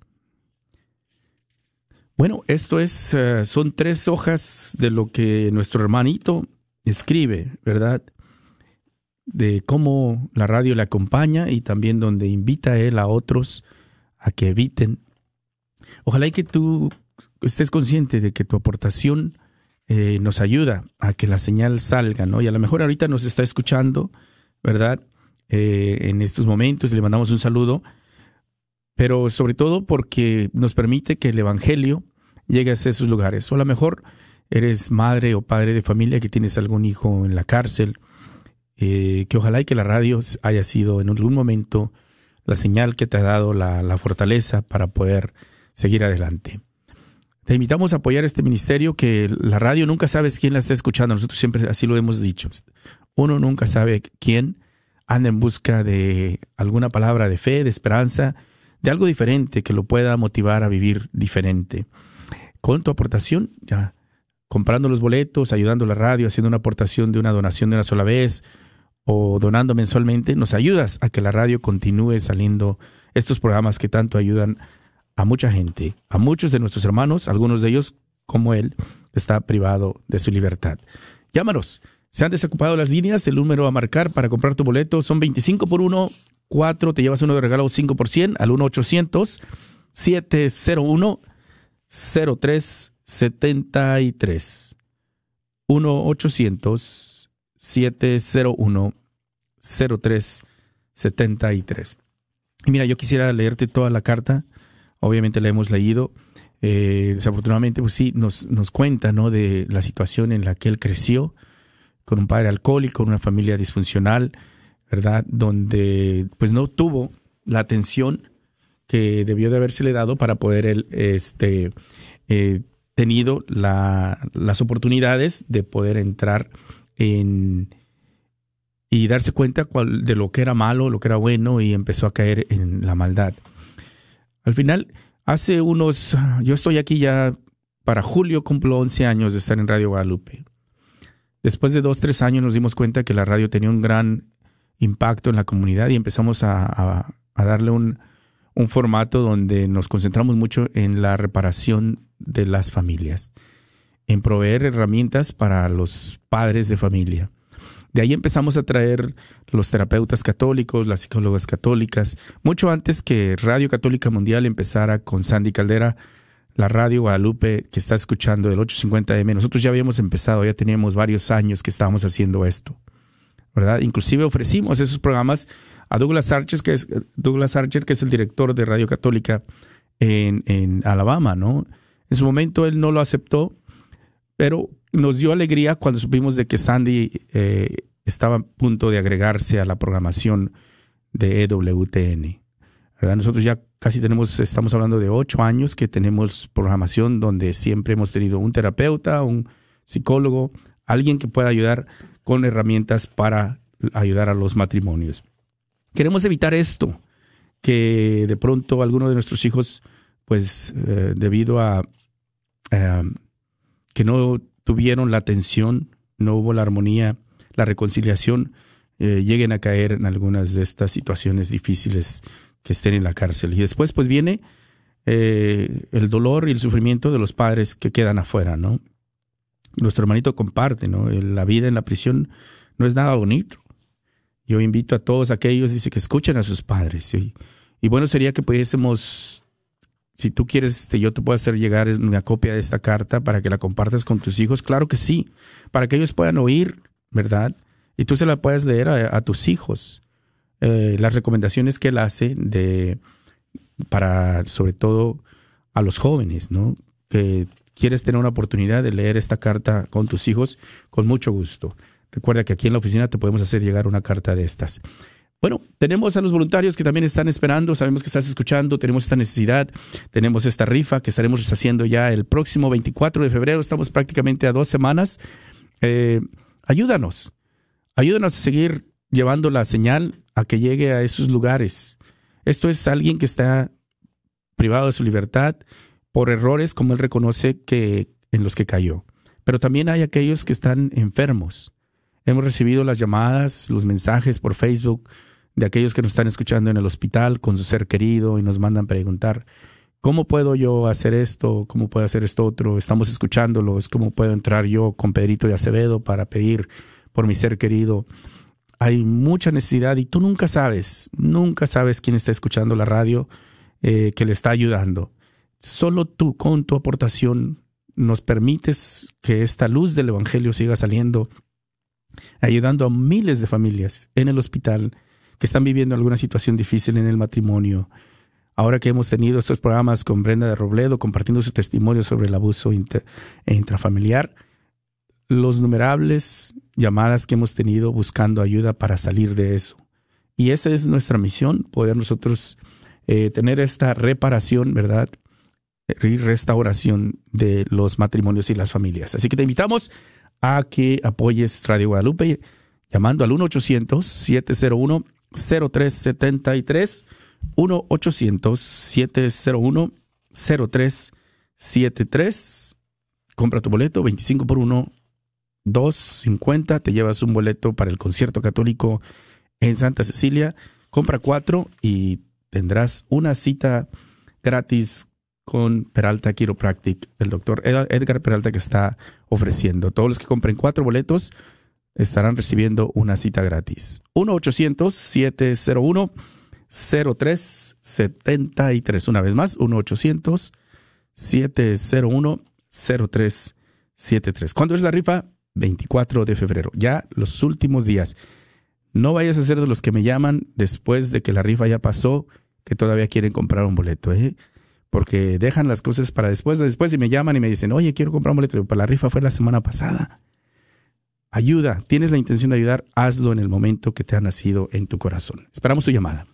Bueno, esto son 3 hojas de lo que nuestro hermanito escribe, ¿verdad? De cómo la radio le acompaña y también donde invita a él a otros a que eviten. Ojalá y que tú estés consciente de que tu aportación nos ayuda a que la señal salga, ¿no? Y a lo mejor ahorita nos está escuchando, ¿verdad? En estos momentos le mandamos un saludo, pero sobre todo porque nos permite que el Evangelio llegue a esos lugares. O a lo mejor eres madre o padre de familia que tienes algún hijo en la cárcel, que ojalá y que la radio haya sido en algún momento la señal que te ha dado la fortaleza para poder seguir adelante. Te invitamos a apoyar este ministerio, que la radio nunca sabes quién la está escuchando. Nosotros siempre así lo hemos dicho. Uno nunca sabe quién anda en busca de alguna palabra de fe, de esperanza, de algo diferente que lo pueda motivar a vivir diferente. Con tu aportación, ya comprando los boletos, ayudando a la radio, haciendo una aportación de una donación de una sola vez o donando mensualmente, nos ayudas a que la radio continúe saliendo estos programas que tanto ayudan a mucha gente, a muchos de nuestros hermanos, algunos de ellos, como él, está privado de su libertad. Llámanos. Se han desocupado las líneas. El número a marcar para comprar tu boleto son 25 por 1, 4, te llevas uno de regalo 5% al 1-800-701-0373. 1-800-701-0373. Y mira, yo quisiera leerte toda la carta. Obviamente la hemos leído. Desafortunadamente, pues sí, nos cuenta, ¿no?, de la situación en la que él creció, con un padre alcohólico, una familia disfuncional, ¿verdad?, donde pues no tuvo la atención que debió de habérsele dado para poder él tenido las oportunidades de poder entrar y darse cuenta de lo que era malo, lo que era bueno, y empezó a caer en la maldad. Al final, yo estoy aquí ya, para julio cumplo 11 años de estar en Radio Guadalupe. Después de 2-3 años nos dimos cuenta que la radio tenía un gran impacto en la comunidad y empezamos a darle un formato donde nos concentramos mucho en la reparación de las familias, en proveer herramientas para los padres de familia. De ahí empezamos a traer los terapeutas católicos, las psicólogas católicas. Mucho antes que Radio Católica Mundial empezara con Sandy Caldera, la Radio Guadalupe que está escuchando del 850M, nosotros ya habíamos empezado, ya teníamos varios años que estábamos haciendo esto, ¿verdad? Inclusive ofrecimos esos programas a Douglas Archer, que es el director de Radio Católica en Alabama, ¿no? En su momento él no lo aceptó, pero nos dio alegría cuando supimos de que Sandy estaba a punto de agregarse a la programación de EWTN, ¿verdad? Nosotros ya casi estamos hablando de 8 años que tenemos programación donde siempre hemos tenido un terapeuta, un psicólogo, alguien que pueda ayudar con herramientas para ayudar a los matrimonios. Queremos evitar esto, que de pronto alguno de nuestros hijos, pues debido a que no tuvieron la atención, no hubo la armonía, la reconciliación, lleguen a caer en algunas de estas situaciones difíciles que estén en la cárcel. Y después pues viene el dolor y el sufrimiento de los padres que quedan afuera, ¿no? Nuestro hermanito comparte, ¿no? La vida en la prisión no es nada bonito. Yo invito a todos aquellos, dice, que escuchen a sus padres. Y bueno sería que pudiésemos, si tú quieres, yo te puedo hacer llegar una copia de esta carta para que la compartas con tus hijos. Claro que sí, para que ellos puedan oír, ¿verdad? Y tú se la puedas leer a tus hijos. Las recomendaciones que él hace para, sobre todo, a los jóvenes, ¿no? Que quieres tener una oportunidad de leer esta carta con tus hijos, con mucho gusto. Recuerda que aquí en la oficina te podemos hacer llegar una carta de estas. Bueno, tenemos a los voluntarios que también están esperando. Sabemos que estás escuchando, tenemos esta necesidad, tenemos esta rifa que estaremos haciendo ya el próximo 24 de febrero. Estamos prácticamente a 2 semanas. Ayúdanos Ayúdanos a seguir llevando la señal a que llegue a esos lugares. Esto es alguien que está privado de su libertad por errores, como él reconoce que en los que cayó. Pero también hay aquellos que están enfermos. Hemos recibido las llamadas, los mensajes por Facebook de aquellos que nos están escuchando en el hospital con su ser querido y nos mandan preguntar, ¿cómo puedo yo hacer esto? ¿Cómo puedo hacer esto otro? Estamos escuchándolos. ¿Cómo puedo entrar yo con Pedrito de Acevedo para pedir por mi ser querido? Hay mucha necesidad y tú nunca sabes quién está escuchando la radio que le está ayudando. Solo tú con tu aportación nos permites que esta luz del Evangelio siga saliendo, ayudando a miles de familias en el hospital que están viviendo alguna situación difícil en el matrimonio. Ahora que hemos tenido estos programas con Brenda de Robledo compartiendo su testimonio sobre el abuso intrafamiliar, los innumerables llamadas que hemos tenido buscando ayuda para salir de eso. Y esa es nuestra misión, poder nosotros tener esta reparación, ¿verdad? Y restauración de los matrimonios y las familias. Así que te invitamos a que apoyes Radio Guadalupe llamando al 1-800-701-0373, 1-800-701-0373. Compra tu boleto, 25 por 1, $2.50. Te llevas un boleto para el concierto católico en Santa Cecilia. Compra 4 y tendrás una cita gratis con Peralta Chiropractic, el doctor Edgar Peralta, que está ofreciendo. Todos los que compren 4 boletos estarán recibiendo una cita gratis. 1-800-701-0373. Una vez más, 1-800-701-0373. ¿Cuándo es la rifa? 24 de febrero. Ya los últimos días. No vayas a ser de los que me llaman después de que la rifa ya pasó, que todavía quieren comprar un boleto, porque dejan las cosas para después y me llaman y me dicen, oye, quiero comprar un boleto, pero la rifa fue la semana pasada. Ayuda, tienes la intención de ayudar, hazlo en el momento que te ha nacido en tu corazón. Esperamos tu llamada.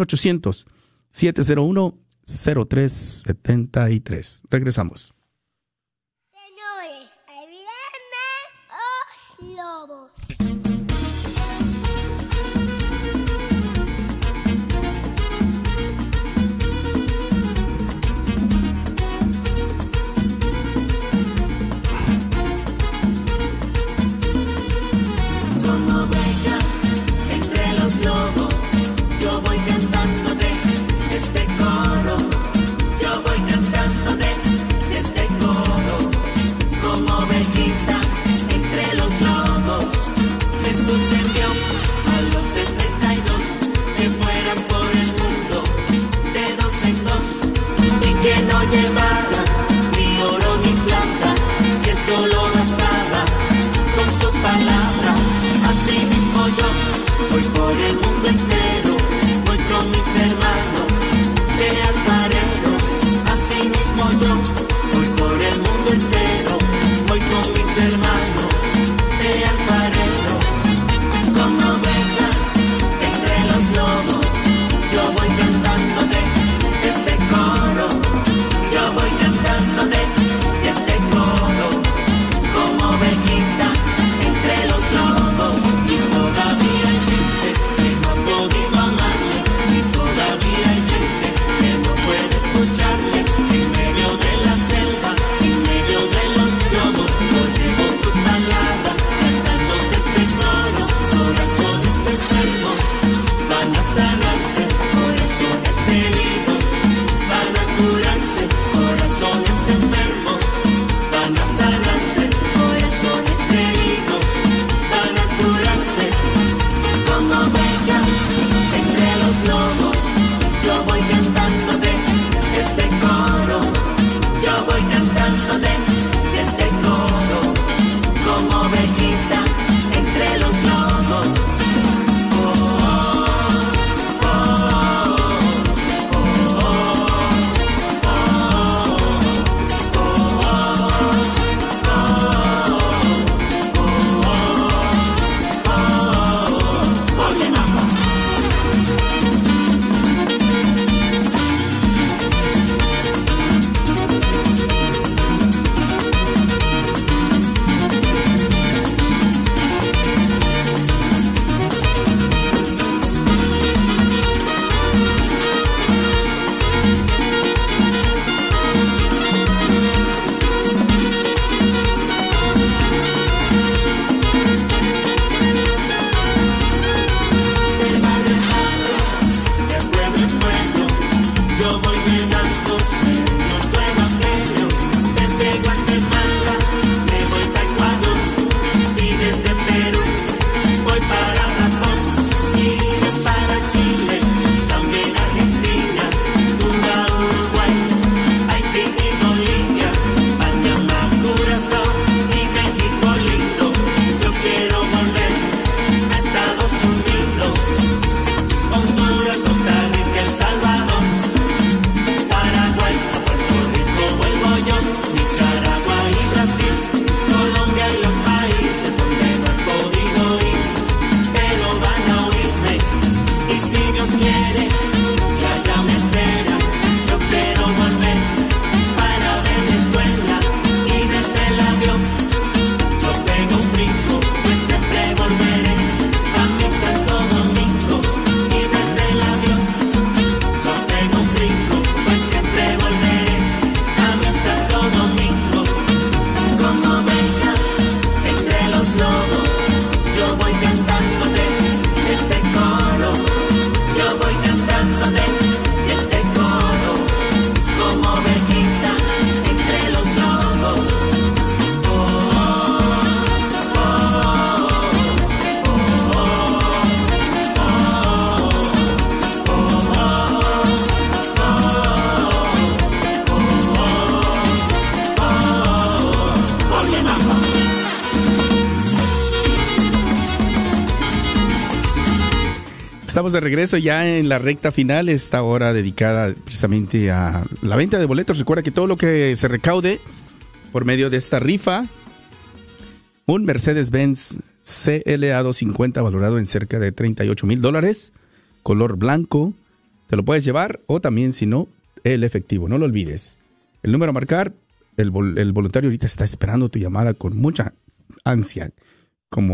1-800-701-0373. Regresamos. Señores, ahí vienen los lobos. Estamos de regreso ya en la recta final, esta hora dedicada precisamente a la venta de boletos. Recuerda que todo lo que se recaude por medio de esta rifa, un Mercedes-Benz CLA 250 valorado en cerca de $38,000, color blanco, te lo puedes llevar, o también, si no, el efectivo, no lo olvides. El número a marcar, el voluntario ahorita está esperando tu llamada con mucha ansia, como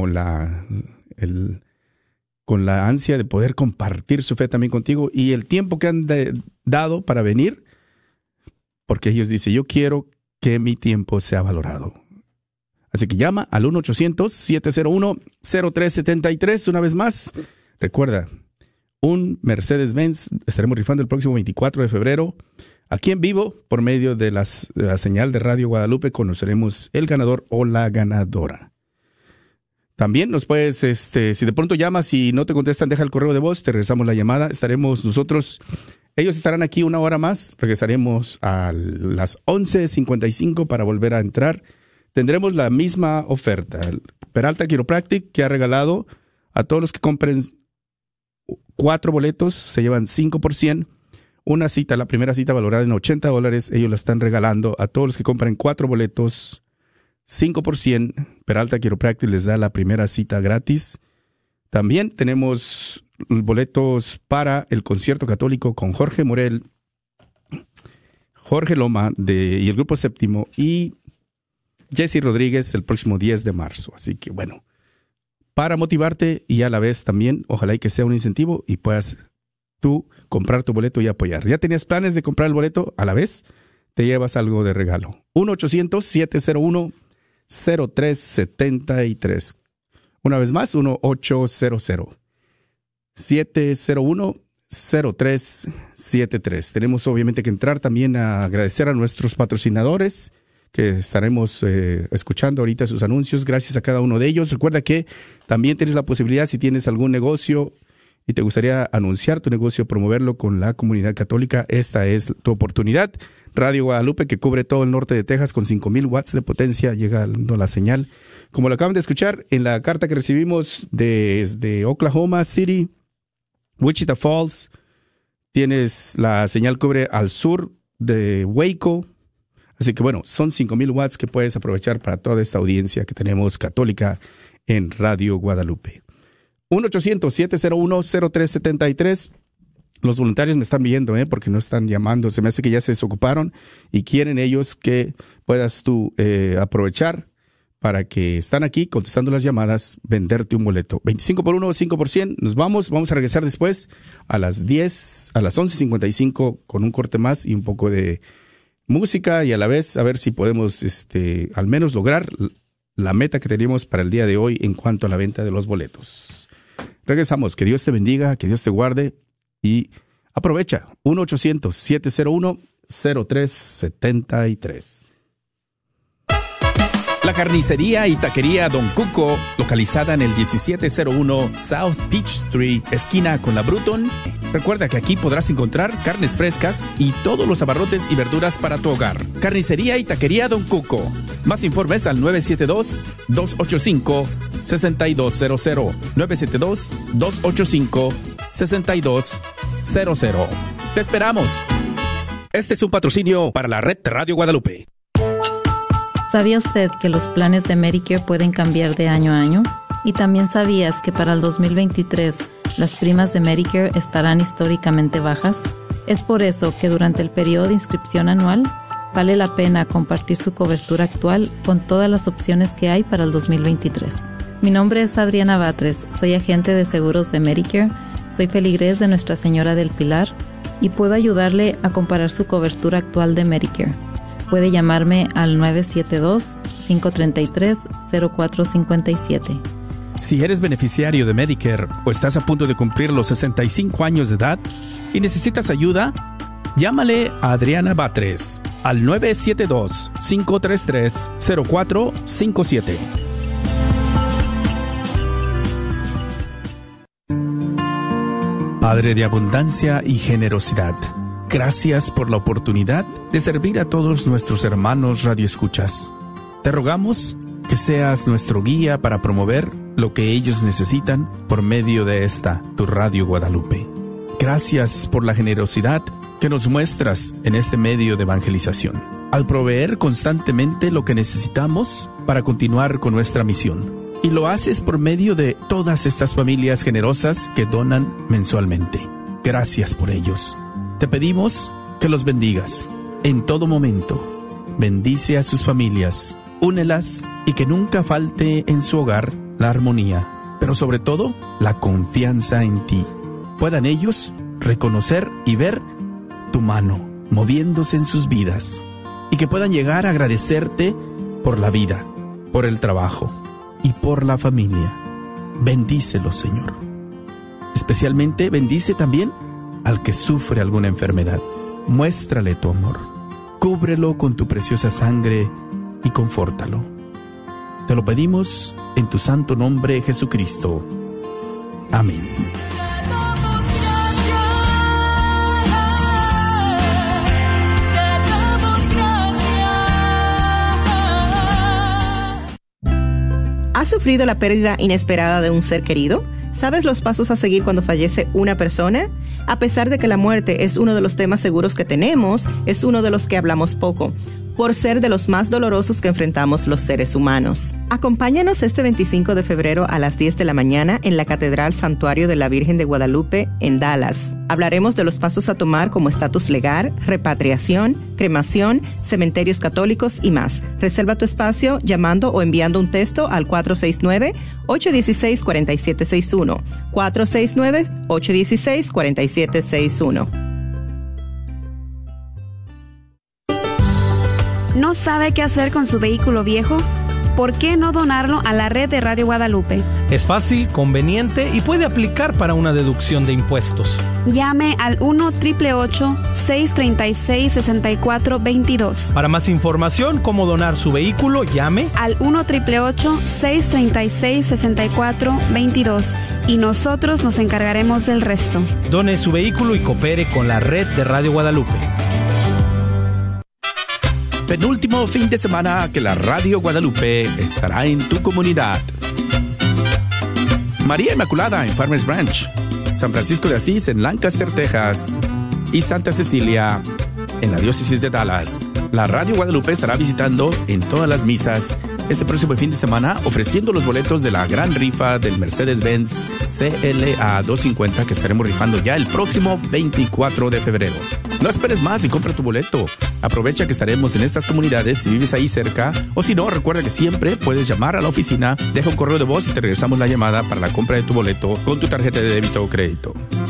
con la ansia de poder compartir su fe también contigo y el tiempo que han dado para venir, porque ellos dicen, yo quiero que mi tiempo sea valorado. Así que llama al 1-800-701-0373. Una vez más, recuerda, un Mercedes-Benz estaremos rifando el próximo 24 de febrero. Aquí en vivo, por medio de la señal de Radio Guadalupe, conoceremos el ganador o la ganadora. También nos puedes, si de pronto llamas y no te contestan, deja el correo de voz, te regresamos la llamada. Estaremos nosotros, ellos estarán aquí una hora más, regresaremos a las 11:55 para volver a entrar. Tendremos la misma oferta. Peralta Chiropractic, que ha regalado a todos los que compren 4 boletos, se llevan 5%. Una cita, la primera cita valorada en $80, ellos la están regalando a todos los que compren 4 boletos, 5%. Peralta Chiropractic les da la primera cita gratis. También tenemos boletos para el concierto católico con Jorge Morel, Jorge Loma y el Grupo Séptimo y Jesse Rodríguez el próximo 10 de marzo. Así que bueno, para motivarte y a la vez también, ojalá y que sea un incentivo y puedas tú comprar tu boleto y apoyar. ¿Ya tenías planes de comprar el boleto? A la vez te llevas algo de regalo. 1-800-701-0373. Una vez más, 1-800-701-0373. Tenemos obviamente que entrar también a agradecer a nuestros patrocinadores, que estaremos escuchando ahorita sus anuncios. Gracias a cada uno de ellos. Recuerda que también tienes la posibilidad, si tienes algún negocio y te gustaría anunciar tu negocio, promoverlo con la comunidad católica, esta es tu oportunidad. Radio Guadalupe, que cubre todo el norte de Texas con 5,000 watts de potencia, llegando la señal. Como lo acaban de escuchar en la carta que recibimos desde Oklahoma City, Wichita Falls, tienes la señal cubre al sur de Waco. Así que bueno, son 5,000 watts que puedes aprovechar para toda esta audiencia que tenemos católica en Radio Guadalupe. 1-800-701-0373. Los voluntarios me están viendo, porque no están llamando. Se me hace que ya se desocuparon y quieren ellos que puedas tú aprovechar para que están aquí contestando las llamadas, venderte un boleto. 25 por 1, 5 por 100. Nos vamos a regresar después a las 11:55 con un corte más y un poco de música y a la vez a ver si podemos al menos lograr la meta que teníamos para el día de hoy en cuanto a la venta de los boletos. Regresamos. Que Dios te bendiga, que Dios te guarde y aprovecha. 1-800-701-0373. La carnicería y taquería Don Cuco, localizada en el 1701 South Peach Street, esquina con la Bruton. Recuerda que aquí podrás encontrar carnes frescas y todos los abarrotes y verduras para tu hogar. Carnicería y taquería Don Cuco. Más informes al 972-285-6200. 972-285-6200. ¡Te esperamos! Este es un patrocinio para la red Radio Guadalupe. ¿Sabía usted que los planes de Medicare pueden cambiar de año a año? ¿Y también sabías que para el 2023 las primas de Medicare estarán históricamente bajas? Es por eso que durante el periodo de inscripción anual vale la pena compartir su cobertura actual con todas las opciones que hay para el 2023. Mi nombre es Adriana Batres, soy agente de seguros de Medicare, soy feligrés de Nuestra Señora del Pilar y puedo ayudarle a comparar su cobertura actual de Medicare. Puede llamarme al 972-533-0457. Si eres beneficiario de Medicare o estás a punto de cumplir los 65 años de edad y necesitas ayuda, llámale a Adriana Batres al 972-533-0457. Padre de abundancia y generosidad, gracias por la oportunidad de servir a todos nuestros hermanos radioescuchas. Te rogamos que seas nuestro guía para promover lo que ellos necesitan por medio de esta, tu Radio Guadalupe. Gracias por la generosidad que nos muestras en este medio de evangelización, al proveer constantemente lo que necesitamos para continuar con nuestra misión. Y lo haces por medio de todas estas familias generosas que donan mensualmente. Gracias por ellos. Te pedimos que los bendigas en todo momento. Bendice a sus familias, únelas y que nunca falte en su hogar la armonía, pero sobre todo la confianza en ti. Puedan ellos reconocer y ver tu mano moviéndose en sus vidas y que puedan llegar a agradecerte por la vida, por el trabajo y por la familia. Bendícelos, Señor. Especialmente bendice también al que sufre alguna enfermedad. Muéstrale tu amor. Cúbrelo con tu preciosa sangre y confórtalo. Te lo pedimos en tu santo nombre, Jesucristo. Amén. ¿Has sufrido la pérdida inesperada de un ser querido? ¿Sabes los pasos a seguir cuando fallece una persona? A pesar de que la muerte es uno de los temas seguros que tenemos, es uno de los que hablamos poco, por ser de los más dolorosos que enfrentamos los seres humanos. Acompáñanos este 25 de febrero a las 10 de la mañana en la Catedral Santuario de la Virgen de Guadalupe en Dallas. Hablaremos de los pasos a tomar como estatus legal, repatriación, cremación, cementerios católicos y más. Reserva tu espacio llamando o enviando un texto al 469-816-4761. 469-816-4761. ¿No sabe qué hacer con su vehículo viejo? ¿Por qué no donarlo a la red de Radio Guadalupe? Es fácil, conveniente y puede aplicar para una deducción de impuestos. Llame al 1-888-636-6422. Para más información, cómo donar su vehículo, llame al 1-888-636-6422 y nosotros nos encargaremos del resto. Done su vehículo y coopere con la red de Radio Guadalupe. Penúltimo fin de semana que la Radio Guadalupe estará en tu comunidad. María Inmaculada en Farmers Branch, San Francisco de Asís en Lancaster, Texas, y Santa Cecilia en la diócesis de Dallas. La Radio Guadalupe estará visitando en todas las misas este próximo fin de semana, ofreciendo los boletos de la gran rifa del Mercedes-Benz CLA 250 que estaremos rifando ya el próximo 24 de febrero. No esperes más y compra tu boleto. Aprovecha que estaremos en estas comunidades si vives ahí cerca, o si no, recuerda que siempre puedes llamar a la oficina, deja un correo de voz y te regresamos la llamada para la compra de tu boleto con tu tarjeta de débito o crédito.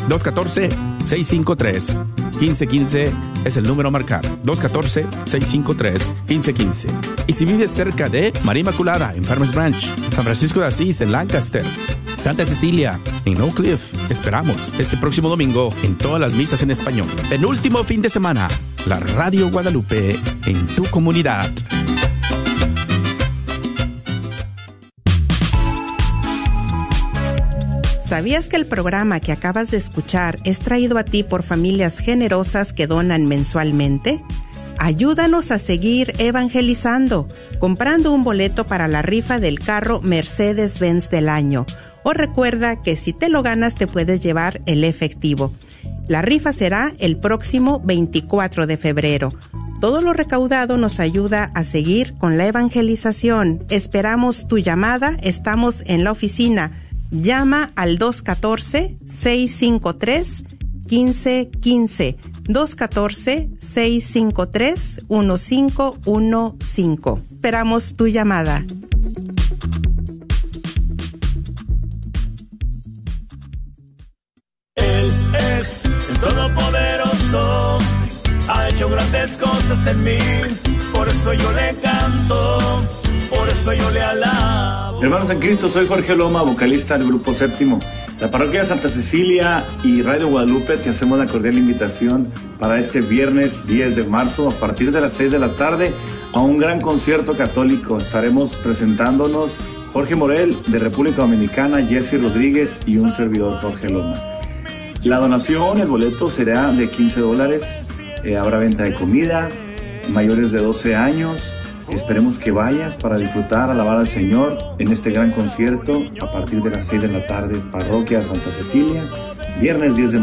214-653-1515 es el número a marcar. 214-653-1515. Y si vives cerca de María Inmaculada en Farmers Branch, San Francisco de Asís en Lancaster, Santa Cecilia en Oak Cliff, esperamos este próximo domingo en todas las misas en español. Penúltimo fin de semana, la Radio Guadalupe en tu comunidad. ¿Sabías que el programa que acabas de escuchar es traído a ti por familias generosas que donan mensualmente? Ayúdanos a seguir evangelizando, comprando un boleto para la rifa del carro Mercedes-Benz del año. O recuerda que si te lo ganas te puedes llevar el efectivo. La rifa será el próximo 24 de febrero. Todo lo recaudado nos ayuda a seguir con la evangelización. Esperamos tu llamada, estamos en la oficina. Llama al 214-653-1515. 214-653-1515. Esperamos tu llamada. Él es el Todopoderoso, ha hecho grandes cosas en mí, por eso yo le canto, por eso yo le alabo. Hermanos en Cristo, soy Jorge Loma, vocalista del Grupo Séptimo. La parroquia de Santa Cecilia y Radio Guadalupe te hacemos la cordial invitación para este viernes 10 de marzo a partir de las 6 de la tarde a un gran concierto católico. Estaremos presentándonos Jorge Morel de República Dominicana, Jesse Rodríguez y un servidor, Jorge Loma. La donación, el boleto será de $15. Habrá venta de comida, mayores de 12 años. Esperemos que vayas para disfrutar, alabar al Señor en este gran concierto a partir de las 6 de la tarde, Parroquia Santa Cecilia, viernes 10 de marzo.